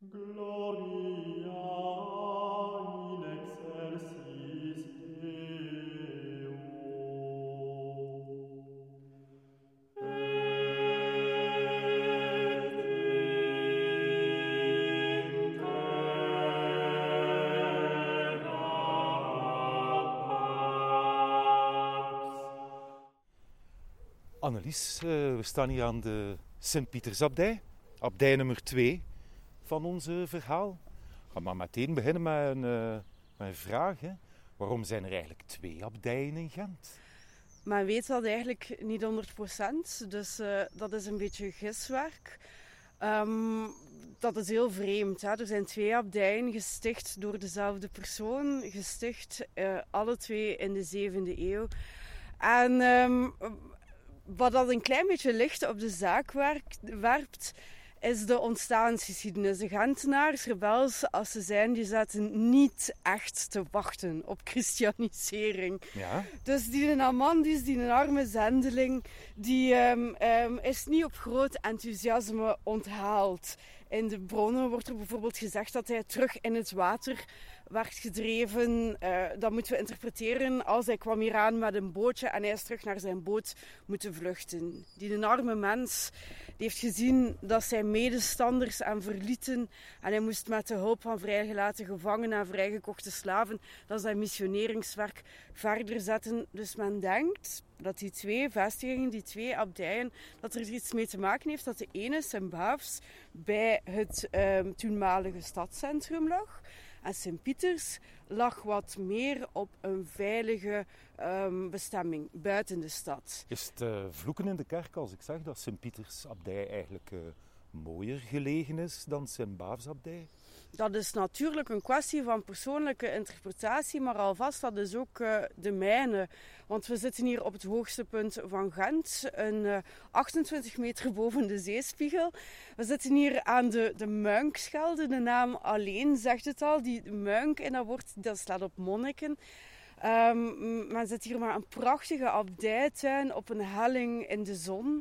Gloria in excelsis Deo. Et in terra pax. Annelies, we staan hier aan de Sint-Pietersabdij, abdij nummer 2 van ons verhaal. Ik ga maar meteen beginnen met een vraag. Hè. Waarom zijn er eigenlijk 2 abdijen in Gent? Men weet dat eigenlijk niet 100%, dus dat is een beetje giswerk. Dat is heel vreemd. Hè? Er zijn 2 abdijen gesticht door dezelfde persoon, gesticht alle 2 in de 7e eeuw. En wat dat een klein beetje licht op de zaak werpt, is de ontstaansgeschiedenis. De Gentenaars, rebels als ze zijn, die zaten niet echt te wachten op christianisering. Ja? Dus die Amandus, die arme zendeling, die is niet op groot enthousiasme onthaald. In de bronnen wordt er bijvoorbeeld gezegd dat hij terug in het water werd gedreven. Dat moeten we interpreteren als hij kwam hier aan met een bootje en hij is terug naar zijn boot moeten vluchten. Die arme mens die heeft gezien dat zijn medestanders hem verlieten en hij moest met de hulp van vrijgelaten gevangenen en vrijgekochte slaven dat zijn missioneringswerk verder zetten. Dus men denkt dat die 2 vestigingen, die 2 abdijen, dat er iets mee te maken heeft dat de ene, Sint-Baafs, bij het toenmalige stadscentrum lag. En Sint-Pieters lag wat meer op een veilige bestemming, buiten de stad. Is het vloeken in de kerk als ik zeg dat Sint-Pietersabdij eigenlijk mooier gelegen is dan Sint-Baafsabdij? Dat is natuurlijk een kwestie van persoonlijke interpretatie, maar alvast dat is ook de mijne. Want we zitten hier op het hoogste punt van Gent, 28 meter boven de zeespiegel. We zitten hier aan de Muinkschelde, de naam alleen zegt het al. Die Muink in dat woord, dat slaat op monniken. Men zit hier maar een prachtige abdijtuin op een helling in de zon.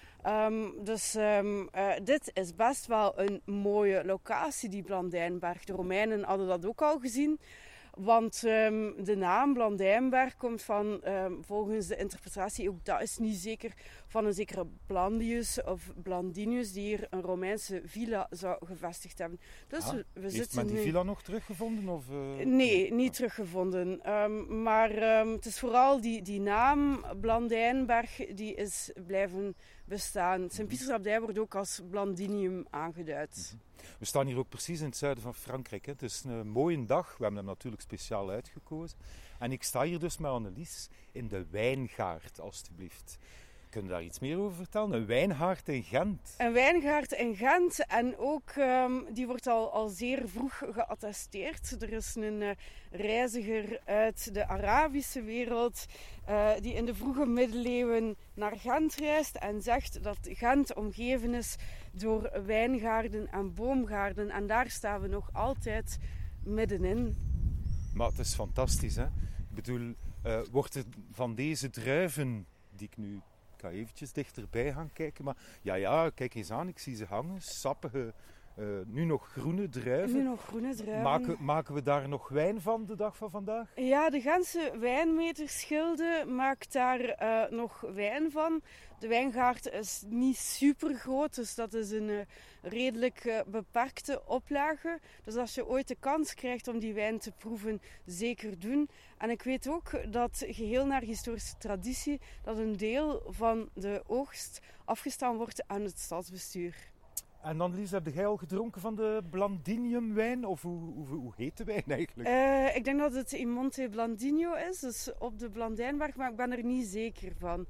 Dit is best wel een mooie locatie, die Blandijnberg. De Romeinen hadden dat ook al gezien. Want de naam Blandijnberg komt van, volgens de interpretatie, ook dat is niet zeker, van een zekere Blandius of Blandinius, die hier een Romeinse villa zou gevestigd hebben. Dus heeft men die villa nog teruggevonden? Of, Nee, niet teruggevonden. Maar het is vooral die naam Blandijnberg, die is blijven bestaan. Sint-Pietersabdij wordt ook als Blandinium aangeduid. We staan hier ook precies in het zuiden van Frankrijk. Hè. Het is een mooie dag. We hebben hem natuurlijk speciaal uitgekozen. En ik sta hier dus met Annelies in de wijngaard, alstublieft. Kun je daar iets meer over vertellen? Een wijngaard in Gent. Een wijngaard in Gent. En ook, die wordt al zeer vroeg geattesteerd. Er is een reiziger uit de Arabische wereld die in de vroege middeleeuwen naar Gent reist en zegt dat Gent omgeven is door wijngaarden en boomgaarden. En daar staan we nog altijd middenin. Maar het is fantastisch, hè? Ik bedoel, wordt er van deze druiven, die ik nu... Ik ga eventjes dichterbij gaan kijken, maar ja, kijk eens aan, ik zie ze hangen, sappige, nu nog groene druiven. Maken we daar nog wijn van de dag van vandaag? Ja, de Gentse wijnmetersgilde maakt daar nog wijn van. De wijngaard is niet super groot, dus dat is een redelijk beperkte oplage. Dus als je ooit de kans krijgt om die wijn te proeven, zeker doen. En ik weet ook dat, geheel naar historische traditie, dat een deel van de oogst afgestaan wordt aan het stadsbestuur. En Annelies, heb jij al gedronken van de Blandinium-wijn? Of hoe heet de wijn eigenlijk? Ik denk dat het in Monte Blandino is, dus op de Blandijnberg, maar ik ben er niet zeker van.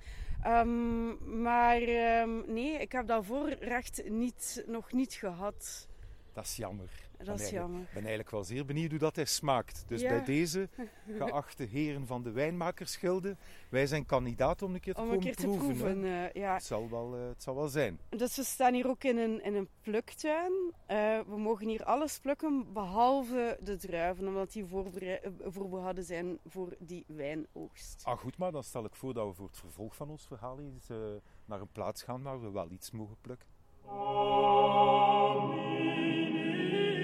Nee, ik heb dat voorrecht nog niet gehad. Dat is jammer. Ik ben eigenlijk wel zeer benieuwd hoe dat hij smaakt. Dus bij deze, geachte heren van de wijnmakersgilde, wij zijn kandidaat om een keer te proeven. Ja. Het zal wel zijn. Dus we staan hier ook in een pluktuin. We mogen hier alles plukken, behalve de druiven, omdat die voorbehouden zijn voor die wijnoogst. Ah, goed, maar dan stel ik voor dat we voor het vervolg van ons verhaal eens naar een plaats gaan waar we wel iets mogen plukken. Amen.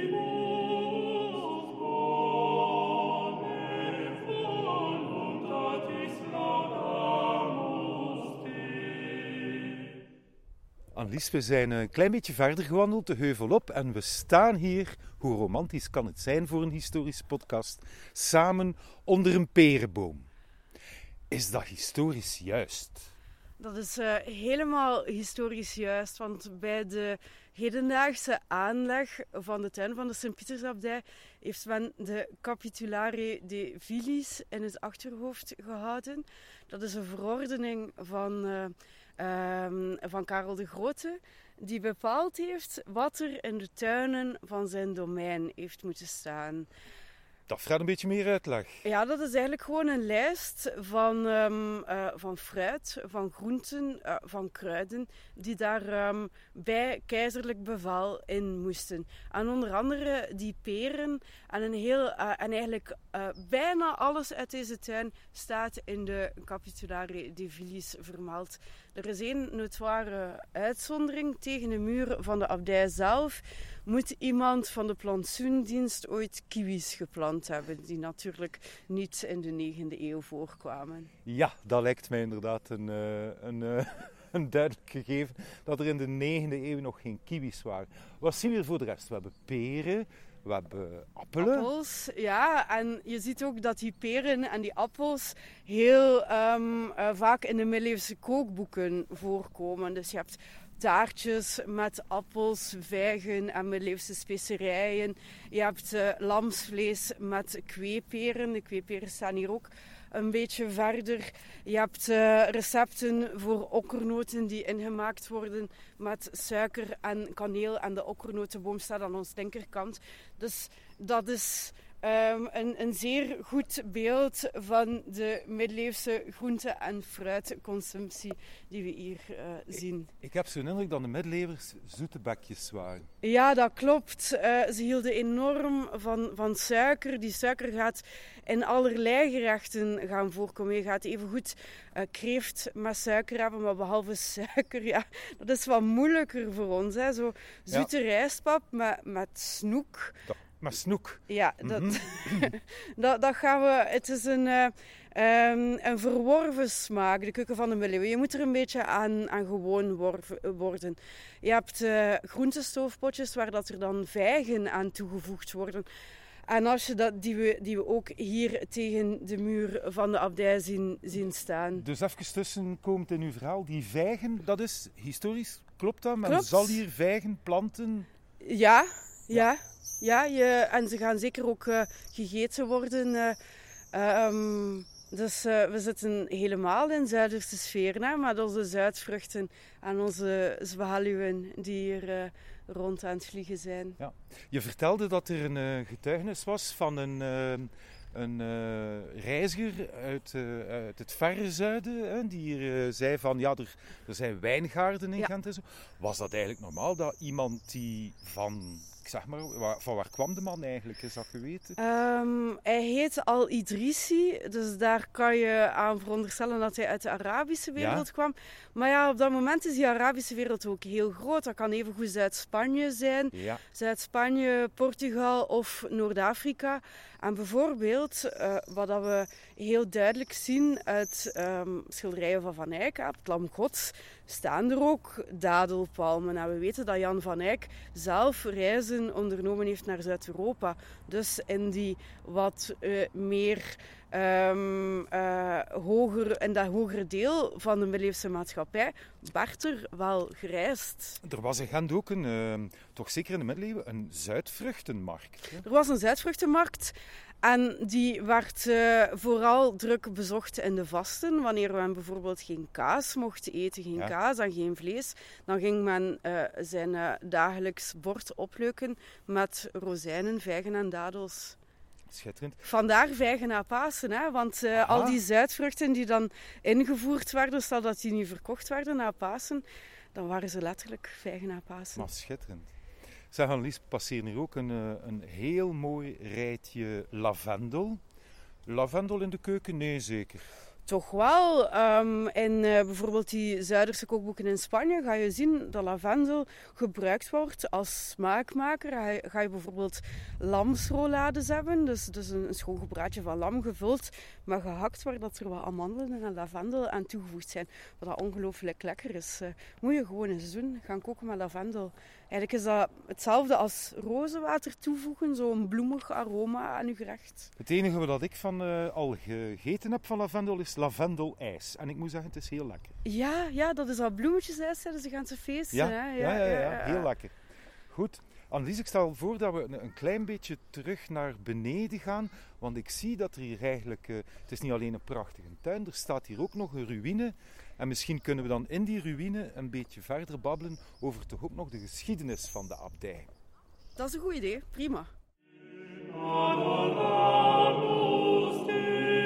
Lies, we zijn een klein beetje verder gewandeld, de heuvel op. En we staan hier, hoe romantisch kan het zijn voor een historische podcast, samen onder een perenboom. Is dat historisch juist? Dat is helemaal historisch juist, want bij de hedendaagse aanleg van de tuin van de Sint-Pietersabdij heeft men de Capitulare de Villis in het achterhoofd gehouden. Dat is een verordening van Karel de Grote, die bepaald heeft wat er in de tuinen van zijn domein heeft moeten staan. Dat vraagt een beetje meer uitleg. Ja, dat is eigenlijk gewoon een lijst van fruit, van groenten, van kruiden die daar bij keizerlijk bevel in moesten. En onder andere die peren en eigenlijk bijna alles uit deze tuin staat in de Capitulare de Villis vermeld. Er is één notoire uitzondering. Tegen de muur van de abdij zelf moet iemand van de plantsoendienst ooit kiwis geplant hebben, die natuurlijk niet in de 9e eeuw voorkwamen. Ja, dat lijkt mij inderdaad een duidelijk gegeven, dat er in de 9e eeuw nog geen kiwis waren. Wat zien we hier voor de rest? We hebben peren, we hebben appelen. Appels, ja. En je ziet ook dat die peren en die appels heel vaak in de middeleeuwse kookboeken voorkomen. Dus je hebt taartjes met appels, vijgen en middeleeuwse specerijen. Je hebt lamsvlees met kweeperen. De kweeperen staan hier ook een beetje verder. Je hebt recepten voor okkernoten die ingemaakt worden met suiker en kaneel. En de okkernotenboom staat aan onze linkerkant. Dus dat is een zeer goed beeld van de middeleeuwse groente- en fruitconsumptie die we hier zien. Ik heb zo'n indruk dat de middeleeuwers zoete bekjes waren. Ja, dat klopt. Ze hielden enorm van suiker. Die suiker gaat in allerlei gerechten gaan voorkomen. Je gaat evengoed kreeft met suiker hebben, maar behalve suiker, ja, dat is wat moeilijker voor ons. Hè. Zo zoete rijstpap met snoek. Maar snoek. Ja, dat gaan we. Het is een verworven smaak, de keuken van de middeleeuwen. Je moet er een beetje aan gewoon worden. Je hebt groentestoofpotjes waar dat er dan vijgen aan toegevoegd worden. En als je die we ook hier tegen de muur van de abdij zien staan. Dus even tussenkomend in uw verhaal, die vijgen, dat is historisch, klopt dat? Men Klopt. zal hier vijgen planten? Ja. En ze gaan zeker ook gegeten worden. Dus we zitten helemaal in Zuiderse sfeer, hè, met onze zuidvruchten en onze zwaluwen die hier rond aan het vliegen zijn. Ja. Je vertelde dat er een getuigenis was van een reiziger uit het verre zuiden, hè, die hier zei van ja, er zijn wijngaarden in Gent en zo. Was dat eigenlijk normaal dat iemand die van, ik zeg maar, van waar kwam de man eigenlijk, is dat geweten? Hij heet Al-Idrissi, dus daar kan je aan veronderstellen dat hij uit de Arabische wereld kwam. Maar ja, op dat moment is die Arabische wereld ook heel groot. Dat kan evengoed Zuid-Spanje zijn, Zuid-Spanje, Portugal of Noord-Afrika. En bijvoorbeeld, wat dat we heel duidelijk zien uit schilderijen van Van Eyck, op het Lam Gods, staan er ook dadelpalmen. En we weten dat Jan van Eyck zelf reizen ondernomen heeft naar Zuid-Europa. Dus in die wat meer in dat hogere deel van de middeleeuwse maatschappij werd er wel gereisd. Er was in Gent ook toch zeker in de middeleeuwen, een zuidvruchtenmarkt. Hè? Er was een zuidvruchtenmarkt en die werd vooral druk bezocht in de vasten. Wanneer men bijvoorbeeld geen kaas mocht eten, geen kaas en geen vlees, dan ging men zijn dagelijks bord opleuken met rozijnen, vijgen en dadels. Schitterend. Vandaar vijgen na Pasen, hè? Want al die zuidvruchten die dan ingevoerd werden, stel dat die niet verkocht werden na Pasen, dan waren ze letterlijk vijgen na Pasen. Maar schitterend. Zeg, Annelies, passeren hier ook een heel mooi rijtje lavendel. Lavendel in de keuken? Nee, zeker. Toch wel. In bijvoorbeeld die Zuiderse kookboeken in Spanje ga je zien dat lavendel gebruikt wordt als smaakmaker. Ga je bijvoorbeeld lamsrollades hebben, dus een schoongebraadje van lam gevuld, maar gehakt waar dat er wat amandelen en lavendel aan toegevoegd zijn. Wat dat ongelooflijk lekker is. Moet je gewoon eens doen, gaan koken met lavendel. Eigenlijk is dat hetzelfde als rozenwater toevoegen, zo'n bloemig aroma aan je gerecht. Het enige wat ik al gegeten heb van lavendel is lavendelijs. En ik moet zeggen, het is heel lekker. Ja, dat is al bloemetjesijs tijdens de ganse feesten. Ja, hè? ja, heel lekker. Goed. Annelies, ik stel voor dat we een klein beetje terug naar beneden gaan. Want ik zie dat er hier eigenlijk... het is niet alleen een prachtige tuin, er staat hier ook nog een ruïne. En misschien kunnen we dan in die ruïne een beetje verder babbelen over toch ook nog de geschiedenis van de abdij. Dat is een goed idee, prima. Adoramus te,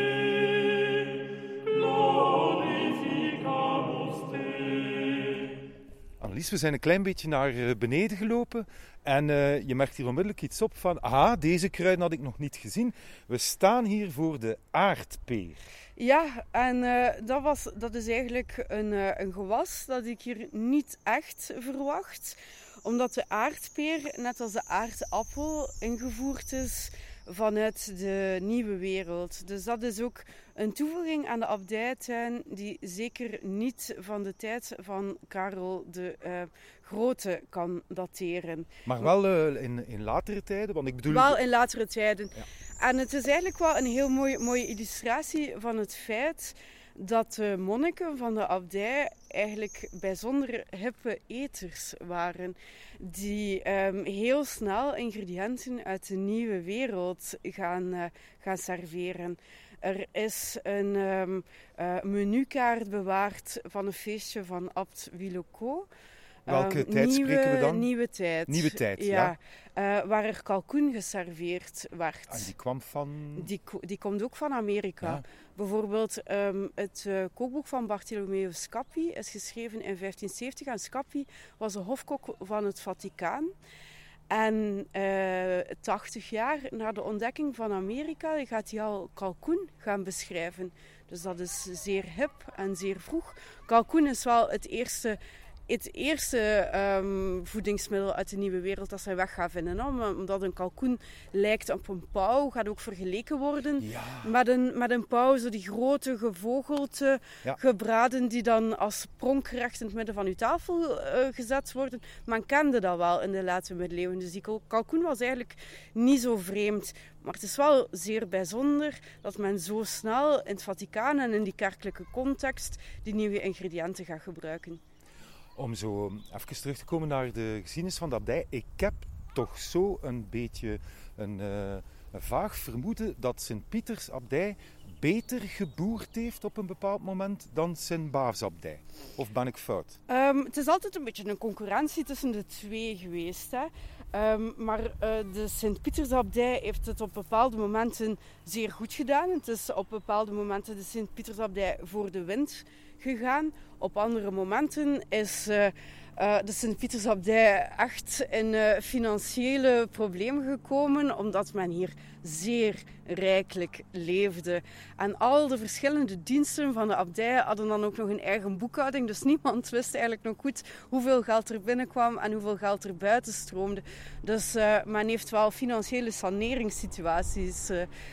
glorificamus te. Annelies, we zijn een klein beetje naar beneden gelopen. En je merkt hier onmiddellijk iets op van... deze kruiden had ik nog niet gezien. We staan hier voor de aardpeer. Ja, en dat is eigenlijk een gewas dat ik hier niet echt verwacht. Omdat de aardpeer, net als de aardappel, ingevoerd is vanuit de nieuwe wereld. Dus dat is ook een toevoeging aan de abdijtuin die zeker niet van de tijd van Karel de Grote kan dateren. Maar wel in latere tijden, want ik bedoel... Wel in latere tijden. Ja. En het is eigenlijk wel een heel mooie illustratie van het feit dat de monniken van de abdij eigenlijk bijzonder hippe eters waren. Die heel snel ingrediënten uit de nieuwe wereld gaan serveren. Er is een menukaart bewaard van een feestje van Abt Wiloko. Welke tijd spreken we dan? Nieuwe tijd. Nieuwe tijd, ja. Waar er kalkoen geserveerd werd. En die kwam van... Die komt ook van Amerika. Ja. Bijvoorbeeld het kookboek van Bartolomeo Scappi is geschreven in 1570. En Scappi was de hofkok van het Vaticaan. En 80 jaar na de ontdekking van Amerika gaat hij al kalkoen gaan beschrijven. Dus dat is zeer hip en zeer vroeg. Kalkoen is wel het eerste voedingsmiddel uit de nieuwe wereld dat zij weg gaan vinden. Omdat een kalkoen lijkt op een pauw, gaat ook vergeleken worden met een pauw. Zo die grote gevogelte gebraden die dan als pronkgerecht in het midden van uw tafel gezet worden. Men kende dat wel in de late middeleeuwen. Dus die kalkoen was eigenlijk niet zo vreemd. Maar het is wel zeer bijzonder dat men zo snel in het Vaticaan en in die kerkelijke context die nieuwe ingrediënten gaat gebruiken. Om zo even terug te komen naar de geschiedenis van de abdij. Ik heb toch zo een beetje een vaag vermoeden dat Sint-Pieters-abdij beter geboerd heeft op een bepaald moment dan Sint-Baafs-abdij. Of ben ik fout? Het is altijd een beetje een concurrentie tussen de twee geweest. Hè. Maar de Sint-Pietersabdij heeft het op bepaalde momenten zeer goed gedaan. Het is op bepaalde momenten de Sint-Pietersabdij voor de wind gegaan. Op andere momenten is de Sint-Pietersabdij echt in financiële problemen gekomen, omdat men hier zeer rijkelijk leefde. En al de verschillende diensten van de abdij hadden dan ook nog een eigen boekhouding, dus niemand wist eigenlijk nog goed hoeveel geld er binnenkwam en hoeveel geld er buiten stroomde. Dus men heeft wel financiële saneringssituaties,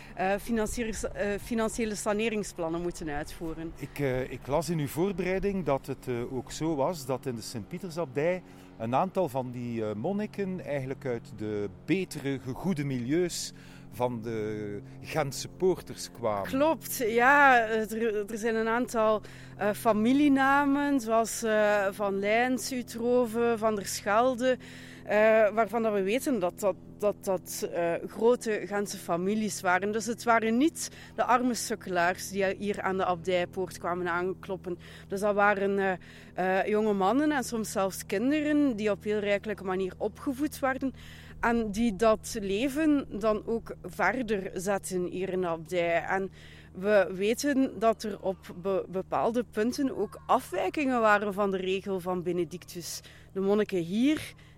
financiële saneringsplannen moeten uitvoeren. Ik las in uw voorbereiding dat het ook zo was dat in de Sint-Pietersabdij een aantal van die monniken eigenlijk uit de betere, gegoede milieus van de Gentse poorters kwamen. Klopt, ja. Er zijn een aantal familienamen, zoals Van Lijns, Utroven, Van der Schelde, waarvan dat we weten dat grote Gentse families waren. Dus het waren niet de arme sukkelaars die hier aan de abdijpoort kwamen aankloppen. Dus dat waren jonge mannen en soms zelfs kinderen die op heel rijkelijke manier opgevoed werden. En die dat leven dan ook verder zetten hier in de abdij. En we weten dat er op bepaalde punten ook afwijkingen waren van de regel van Benedictus. De monniken hier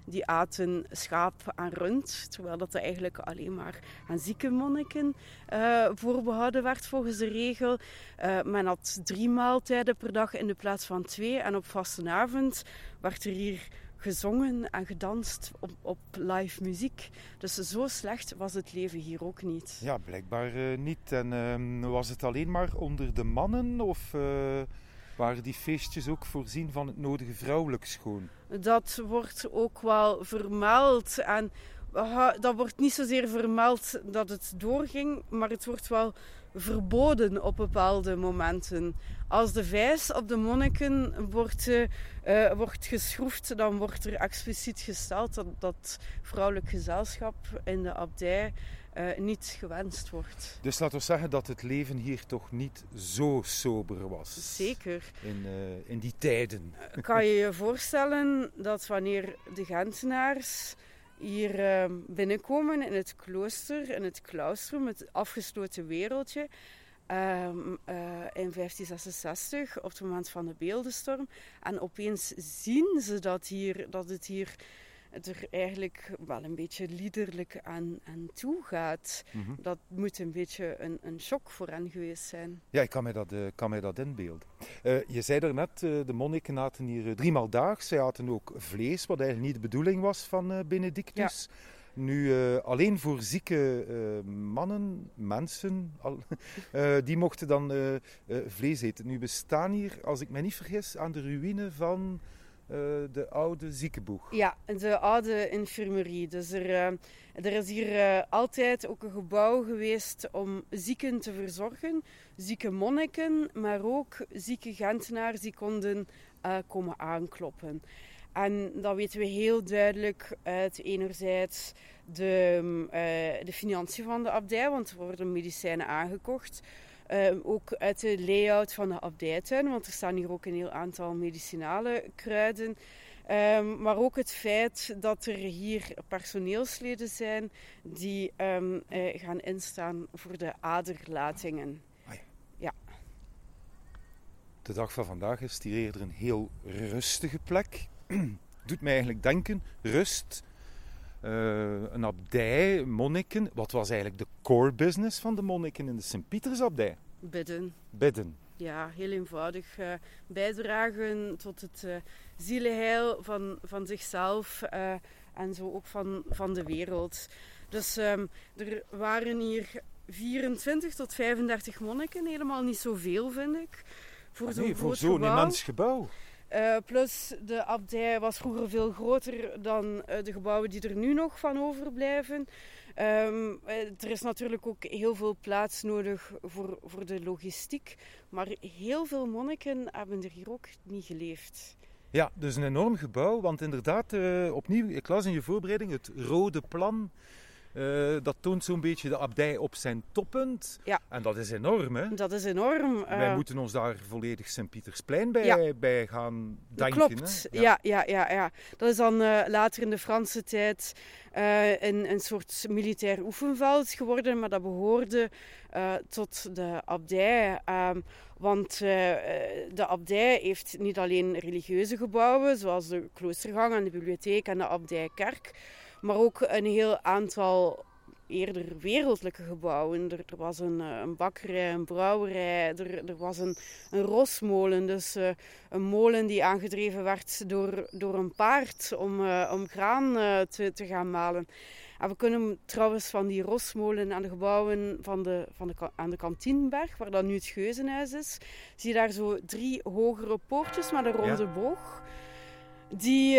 die aten schaap en rund, terwijl dat eigenlijk alleen maar aan zieke monniken voorbehouden werd volgens de regel. Men had 3 maaltijden per dag in de plaats van 2 en op vastenavond werd er hier gezongen en gedanst op live muziek. Dus zo slecht was het leven hier ook niet. Ja, blijkbaar niet. En was het alleen maar onder de mannen of waren die feestjes ook voorzien van het nodige vrouwelijk schoon? Dat wordt ook wel vermeld en dat wordt niet zozeer vermeld dat het doorging, maar het wordt wel verboden op bepaalde momenten. Als de vijs op de monniken wordt geschroefd, dan wordt er expliciet gesteld dat vrouwelijk gezelschap in de abdij niet gewenst wordt. Dus laten we zeggen dat het leven hier toch niet zo sober was. Zeker. In die tijden. Kan je je voorstellen dat wanneer de Gentenaars hier binnenkomen in het klooster, in het claustrum, het afgesloten wereldje, in 1566, op het moment van de beeldenstorm. En opeens zien ze dat het hier er eigenlijk wel een beetje liederlijk aan toe gaat. Mm-hmm. Dat moet een beetje een shock voor hen geweest zijn. Ja, ik kan mij dat inbeelden. Je zei daarnet, de monniken aten hier 3 maal daags. Zij aten ook vlees, wat eigenlijk niet de bedoeling was van Benedictus. Ja. Nu, alleen voor zieke mensen, die mochten dan vlees eten. Nu, we staan hier, als ik me niet vergis, aan de ruïne van de oude ziekenboeg. Ja, de oude infirmerie. Dus er is hier altijd ook een gebouw geweest om zieken te verzorgen. Zieke monniken, maar ook zieke Gentenaars die konden komen aankloppen. En dat weten we heel duidelijk uit enerzijds de financiën van de abdij, want er worden medicijnen aangekocht. Ook uit de layout van de abdijtuin, want er staan hier ook een heel aantal medicinale kruiden. Maar ook het feit dat er hier personeelsleden zijn die gaan instaan voor de aderlatingen. Ja. De dag van vandaag is hier eerder een heel rustige plek. Doet mij eigenlijk denken, rust, een abdij, monniken. Wat was eigenlijk de core business van de monniken in de Sint-Pietersabdij? Bidden. Ja, heel eenvoudig. Bijdragen tot het zieleheil van zichzelf en zo ook van de wereld. Dus er waren hier 24 tot 35 monniken, helemaal niet zoveel vind ik. Voor zo'n immens gebouw. Plus de abdij was vroeger veel groter dan de gebouwen die er nu nog van overblijven. Er is natuurlijk ook heel veel plaats nodig voor de logistiek. Maar heel veel monniken hebben er hier ook niet geleefd. Ja, dus een enorm gebouw. Want inderdaad, opnieuw, ik las in je voorbereiding het rode plan. Dat toont zo'n beetje de abdij op zijn toppunt. Ja. En dat is enorm, hè? Dat is enorm. Wij moeten ons daar volledig Sint-Pietersplein bij gaan denken. Klopt, hè? Ja. Dat is dan later in de Franse tijd een soort militair oefenveld geworden. Maar dat behoorde tot de abdij. Want de abdij heeft niet alleen religieuze gebouwen, zoals de kloostergang en de bibliotheek en de abdijkerk, maar ook een heel aantal eerder wereldlijke gebouwen. Er was een bakkerij, een brouwerij, er was een rosmolen. Dus een molen die aangedreven werd door een paard om graan te gaan malen. En we kunnen trouwens van die rosmolen aan de gebouwen aan de Kantienberg, waar dan nu het Geuzenhuis is, zie je daar zo 3 hogere poortjes met een ronde boog. Die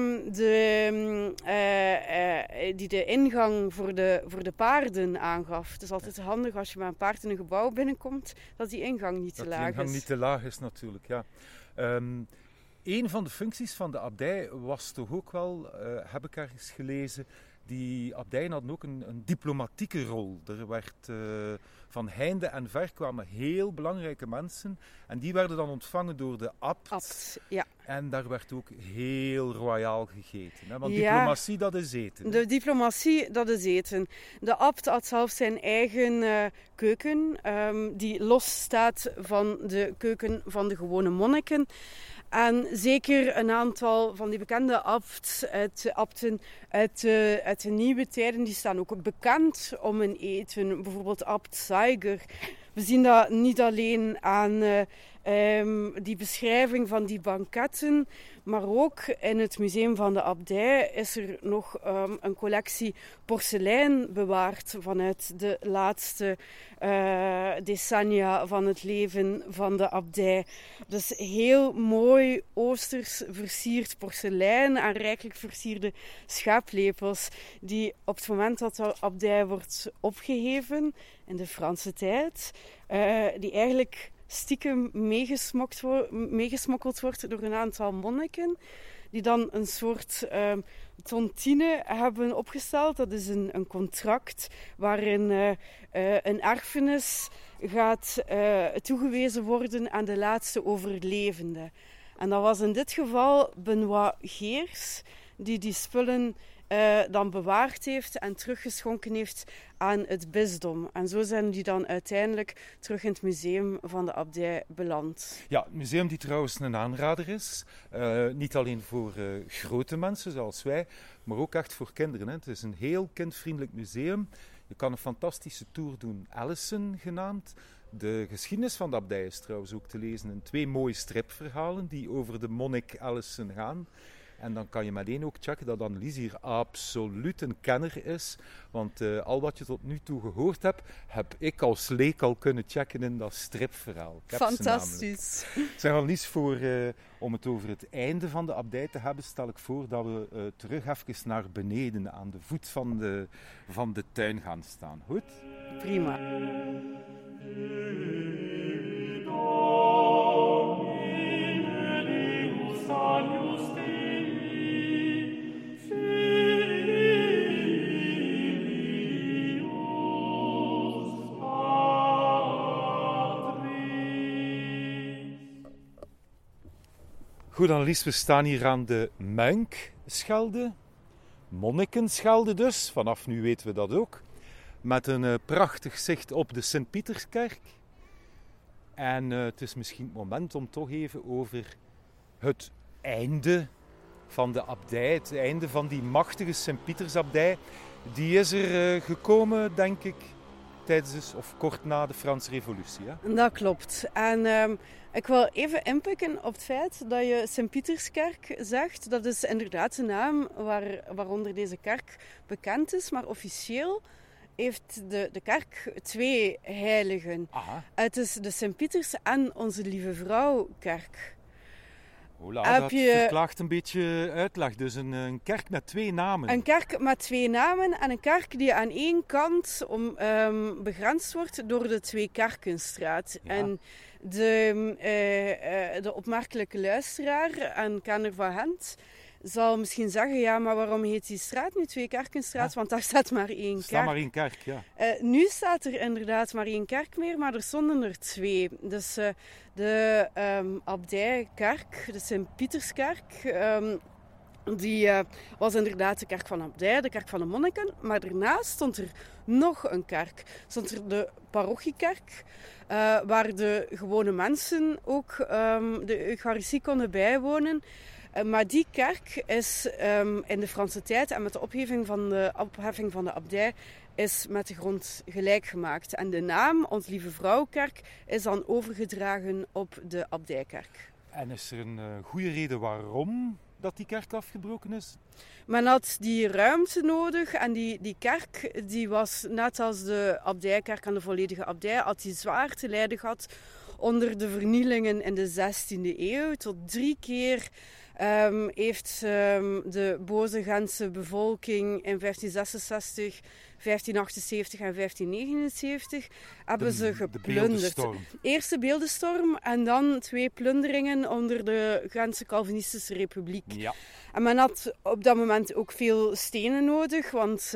de ingang voor de paarden aangaf. Het is altijd handig als je met een paard in een gebouw binnenkomt, dat die ingang niet te laag is. Dat die ingang niet te laag is natuurlijk, ja. Een van de functies van de abdij was toch ook wel, heb ik ergens gelezen, die abdijen hadden ook een diplomatieke rol. Er werd van heinde en ver kwamen heel belangrijke mensen. En die werden dan ontvangen door de abt. Ja. En daar werd ook heel royaal gegeten. Hè? Want diplomatie, dat is eten. De diplomatie, dat is eten. De abt had zelfs zijn eigen keuken, die los staat van de keuken van de gewone monniken. En zeker een aantal van die bekende abten uit de nieuwe tijden, die staan ook bekend om hun eten. Bijvoorbeeld abt Zeiger. We zien dat niet alleen aan die beschrijving van die banketten, maar ook in het museum van de abdij is er nog een collectie porselein bewaard vanuit de laatste decennia van het leven van de abdij. Dus heel mooi oosters versierd porselein en rijkelijk versierde schaaplepels die op het moment dat de abdij wordt opgeheven in de Franse tijd, die eigenlijk stiekem meegesmokkeld wordt door een aantal monniken, die dan een soort tontine hebben opgesteld. Dat is een contract waarin een erfenis gaat toegewezen worden aan de laatste overlevende. En dat was in dit geval Benoît Geers, die spullen dan bewaard heeft en teruggeschonken heeft aan het bisdom. En zo zijn die dan uiteindelijk terug in het museum van de abdij beland. Ja, het museum die trouwens een aanrader is. Niet alleen voor grote mensen zoals wij, maar ook echt voor kinderen. Hè. Het is een heel kindvriendelijk museum. Je kan een fantastische tour doen, Allison genaamd. De geschiedenis van de abdij is trouwens ook te lezen in 2 mooie stripverhalen die over de monnik Allison gaan. En dan kan je meteen ook checken dat Annelies hier absoluut een kenner is. Want al wat je tot nu toe gehoord hebt, heb ik als leek al kunnen checken in dat stripverhaal. Fantastisch. Zeg Annelies, om het over het einde van de abdij te hebben, stel ik voor dat we terug even naar beneden aan de voet van de tuin gaan staan. Goed? Prima. Goed, Annelies, we staan hier aan de Muinkschelde, Monnikenschelde dus, vanaf nu weten we dat ook, met een prachtig zicht op de Sint-Pieterskerk. En het is misschien het moment om toch even over het einde van de abdij, het einde van die machtige Sint-Pietersabdij, die is er gekomen, denk ik, tijdens of kort na de Franse Revolutie. Hè? Dat klopt. En ik wil even inpikken op het feit dat je Sint-Pieterskerk zegt. Dat is inderdaad de naam waaronder deze kerk bekend is, maar officieel heeft de kerk 2 heiligen. Aha. Het is de Sint-Pieters en Onze Lieve Vrouw-kerk. Hola, dat verklaart een beetje uitleg. Dus een kerk met 2 namen. Een kerk met 2 namen en een kerk die aan één kant begrensd wordt door de 2 Kerkenstraat. Ja. En de opmerkelijke luisteraar en kenner van Gent zal misschien zeggen, ja, maar waarom heet die straat nu 2 Kerkenstraat? Ja. Want daar staat maar 1 kerk. Er staat maar 1 kerk, ja. Nu staat er inderdaad maar 1 kerk meer, maar er stonden er 2. Dus de abdijkerk, de Sint-Pieterskerk, die was inderdaad de kerk van de abdij, de kerk van de monniken. Maar daarnaast stond er nog een kerk. Stond er de parochiekerk, waar de gewone mensen ook de Eucharistie konden bijwonen. Maar die kerk is in de Franse tijd en met de opheffing van de abdij is met de grond gelijk gemaakt. En de naam, Onze Lieve Vrouwkerk, is dan overgedragen op de abdijkerk. En is er een goede reden waarom dat die kerk afgebroken is? Men had die ruimte nodig en die kerk die was, net als de abdijkerk en de volledige abdij, had die zwaar te lijden gehad onder de vernielingen in de 16e eeuw. Tot 3 keer heeft de boze Gentse bevolking in 1566, 1578 en 1579 hebben ze geplunderd. Eerst de beeldenstorm en dan 2 plunderingen onder de Gentse Calvinistische Republiek. Ja. En men had op dat moment ook veel stenen nodig, want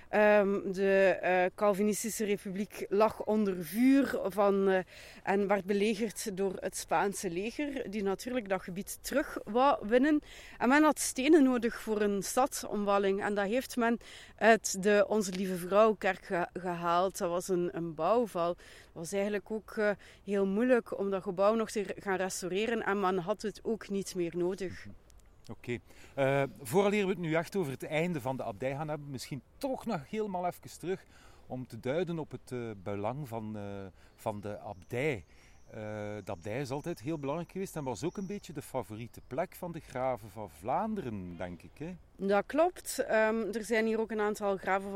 de Calvinistische Republiek lag onder vuur en werd belegerd door het Spaanse leger, die natuurlijk dat gebied terug wou winnen. En men had stenen nodig voor een stadsomwalling en dat heeft men uit de Onze Lieve Lieve Vrouwkerk gehaald. Dat was een bouwval. Dat was eigenlijk ook heel moeilijk om dat gebouw nog te gaan restaureren. En men had het ook niet meer nodig. Oké. Vooraleer we het nu echt over het einde van de abdij gaan hebben, misschien toch nog helemaal even terug om te duiden op het belang van de abdij. De abdij is altijd heel belangrijk geweest en was ook een beetje de favoriete plek van de graven van Vlaanderen, denk ik. Hè? Dat klopt. Er zijn hier ook een aantal graven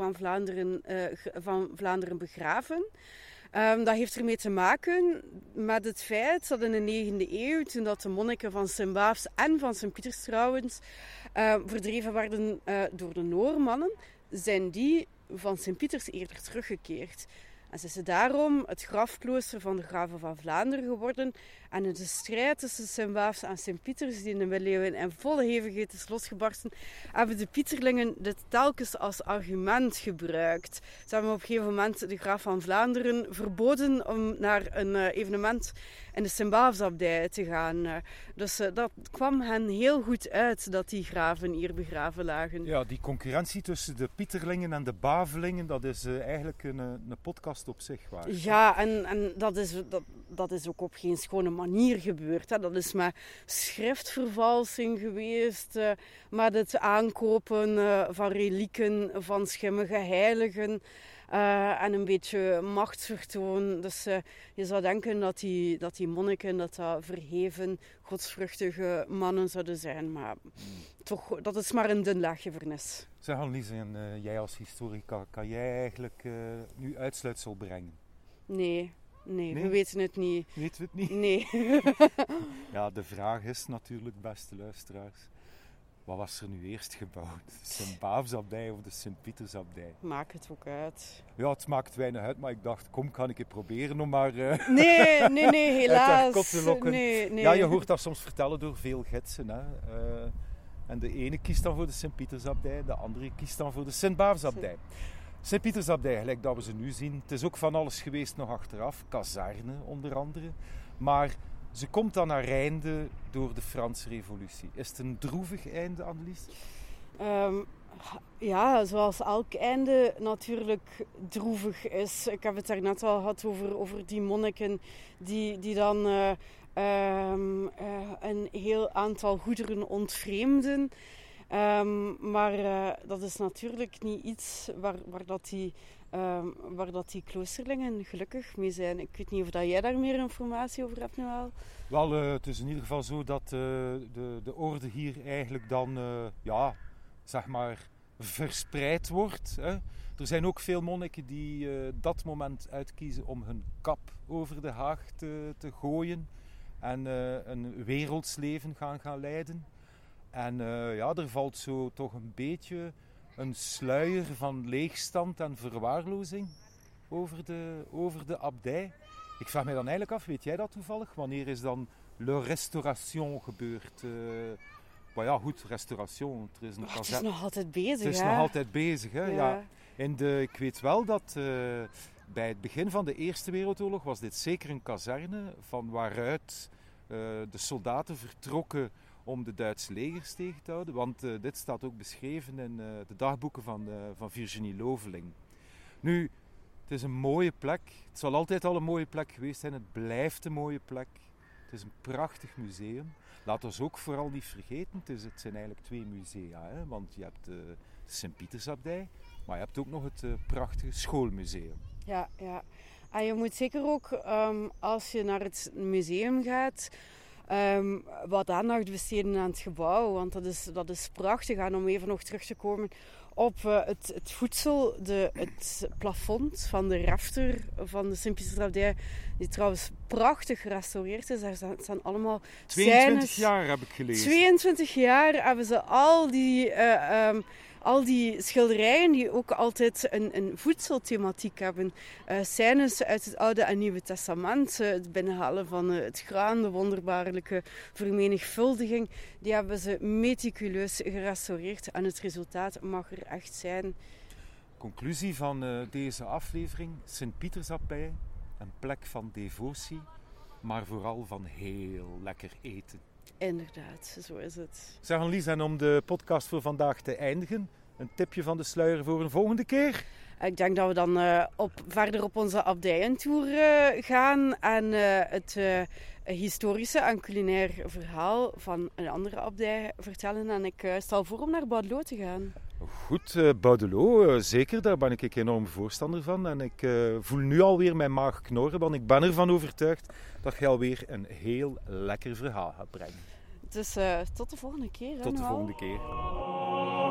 van Vlaanderen begraven. Dat heeft ermee te maken met het feit dat in de 9e eeuw, toen dat de monniken van Sint-Baafs en van Sint-Pieters trouwens verdreven werden door de Noormannen, zijn die van Sint-Pieters eerder teruggekeerd. En ze is daarom het grafklooster van de graven van Vlaanderen geworden. En in de strijd tussen Sint-Baafs en Sint-Pieters, die in de middeleeuwen in volle hevigheid is losgebarsten, hebben de Pieterlingen dit telkens als argument gebruikt. Ze hebben op een gegeven moment de graaf van Vlaanderen verboden om naar een evenement in de Sint-Baafsabdij te gaan. Dus dat kwam hen heel goed uit dat die graven hier begraven lagen. Ja, die concurrentie tussen de Pieterlingen en de Bavelingen, dat is eigenlijk een podcast op zich waard. Ja, en dat is ook op geen schone manier gebeurd. Hè. Dat is met schriftvervalsing geweest, met het aankopen van relieken van schimmige heiligen en een beetje machtsvertoon. Dus je zou denken dat die monniken, dat verheven, godsvruchtige mannen zouden zijn. Maar toch, dat is maar een dun laagje vernis. Zeg Annelies, en jij als historica, kan jij eigenlijk nu uitsluitsel brengen? Nee, we weten het niet. Weten we het niet? Nee. Ja, de vraag is natuurlijk, beste luisteraars, wat was er nu eerst gebouwd? De Sint-Baafsabdij of de Sint-Pietersabdij? Maakt het ook uit. Ja, het maakt weinig uit, maar ik dacht, kom, kan ik het proberen om maar Nee, helaas. uit haar kot te lokken. Nee. Ja, je hoort dat soms vertellen door veel gidsen. Hè. En de ene kiest dan voor de Sint-Pietersabdij, de andere kiest dan voor de Sint-Baafsabdij. Sint-Pietersabdij, gelijk dat we ze nu zien. Het is ook van alles geweest nog achteraf. Kazerne onder andere. Maar ze komt dan naar einde door de Franse Revolutie. Is het een droevig einde, Annelies? Ja, zoals elk einde natuurlijk droevig is. Ik heb het daarnet al gehad over die monniken die dan een heel aantal goederen ontvreemden. Maar dat is natuurlijk niet iets waar dat die kloosterlingen gelukkig mee zijn. Ik weet niet of dat jij daar meer informatie over hebt, Noël. Wel, het is in ieder geval zo dat de orde hier eigenlijk dan, zeg maar, verspreid wordt. Hè. Er zijn ook veel monniken die dat moment uitkiezen om hun kap over de haag te gooien en een werelds leven gaan leiden. En er valt zo toch een beetje een sluier van leegstand en verwaarlozing over de abdij. Ik vraag mij dan eigenlijk af, weet jij dat toevallig? Wanneer is dan le restauration gebeurd? Maar ja, goed, restauration. Het is nog altijd bezig, Het is nog altijd bezig, hè? Ja. Ik weet wel dat bij het begin van de Eerste Wereldoorlog was dit zeker een kazerne van waaruit de soldaten vertrokken om de Duitse legers tegen te houden. Want dit staat ook beschreven in de dagboeken van Virginie Loveling. Nu, het is een mooie plek. Het zal altijd al een mooie plek geweest zijn. Het blijft een mooie plek. Het is een prachtig museum. Laat ons ook vooral niet vergeten, het zijn eigenlijk 2 musea. Hè? Want je hebt de Sint-Pietersabdij, maar je hebt ook nog het prachtige schoolmuseum. Ja. En je moet zeker ook, als je naar het museum gaat, wat aandacht besteden aan het gebouw. Want dat is prachtig. En om even nog terug te komen op het voedsel, het plafond van de rafter van de Sint-Pietersabdij, die trouwens prachtig gerestaureerd is. Daar staan allemaal 22 jaar heb ik gelezen. 22 jaar hebben ze al die schilderijen die ook altijd een voedselthematiek hebben. Scènes uit het Oude en Nieuwe Testament, het binnenhalen van het graan, de wonderbaarlijke vermenigvuldiging, die hebben ze meticuleus gerestaureerd en het resultaat mag er echt zijn. Conclusie van deze aflevering: Sint-Pietersabdij, een plek van devotie, maar vooral van heel lekker eten. Inderdaad, zo is het. Zeg Annelies, en om de podcast voor vandaag te eindigen, een tipje van de sluier voor een volgende keer? Ik denk dat we dan verder op onze abdijentour gaan en het historische en culinair verhaal van een andere abdij vertellen. En ik stel voor om naar Baudelot te gaan. Goed, Baudelot, zeker, daar ben ik enorm voorstander van. En ik voel nu alweer mijn maag knorren, want ik ben ervan overtuigd dat je alweer een heel lekker verhaal gaat brengen. Dus tot de volgende keer. Tot de volgende keer.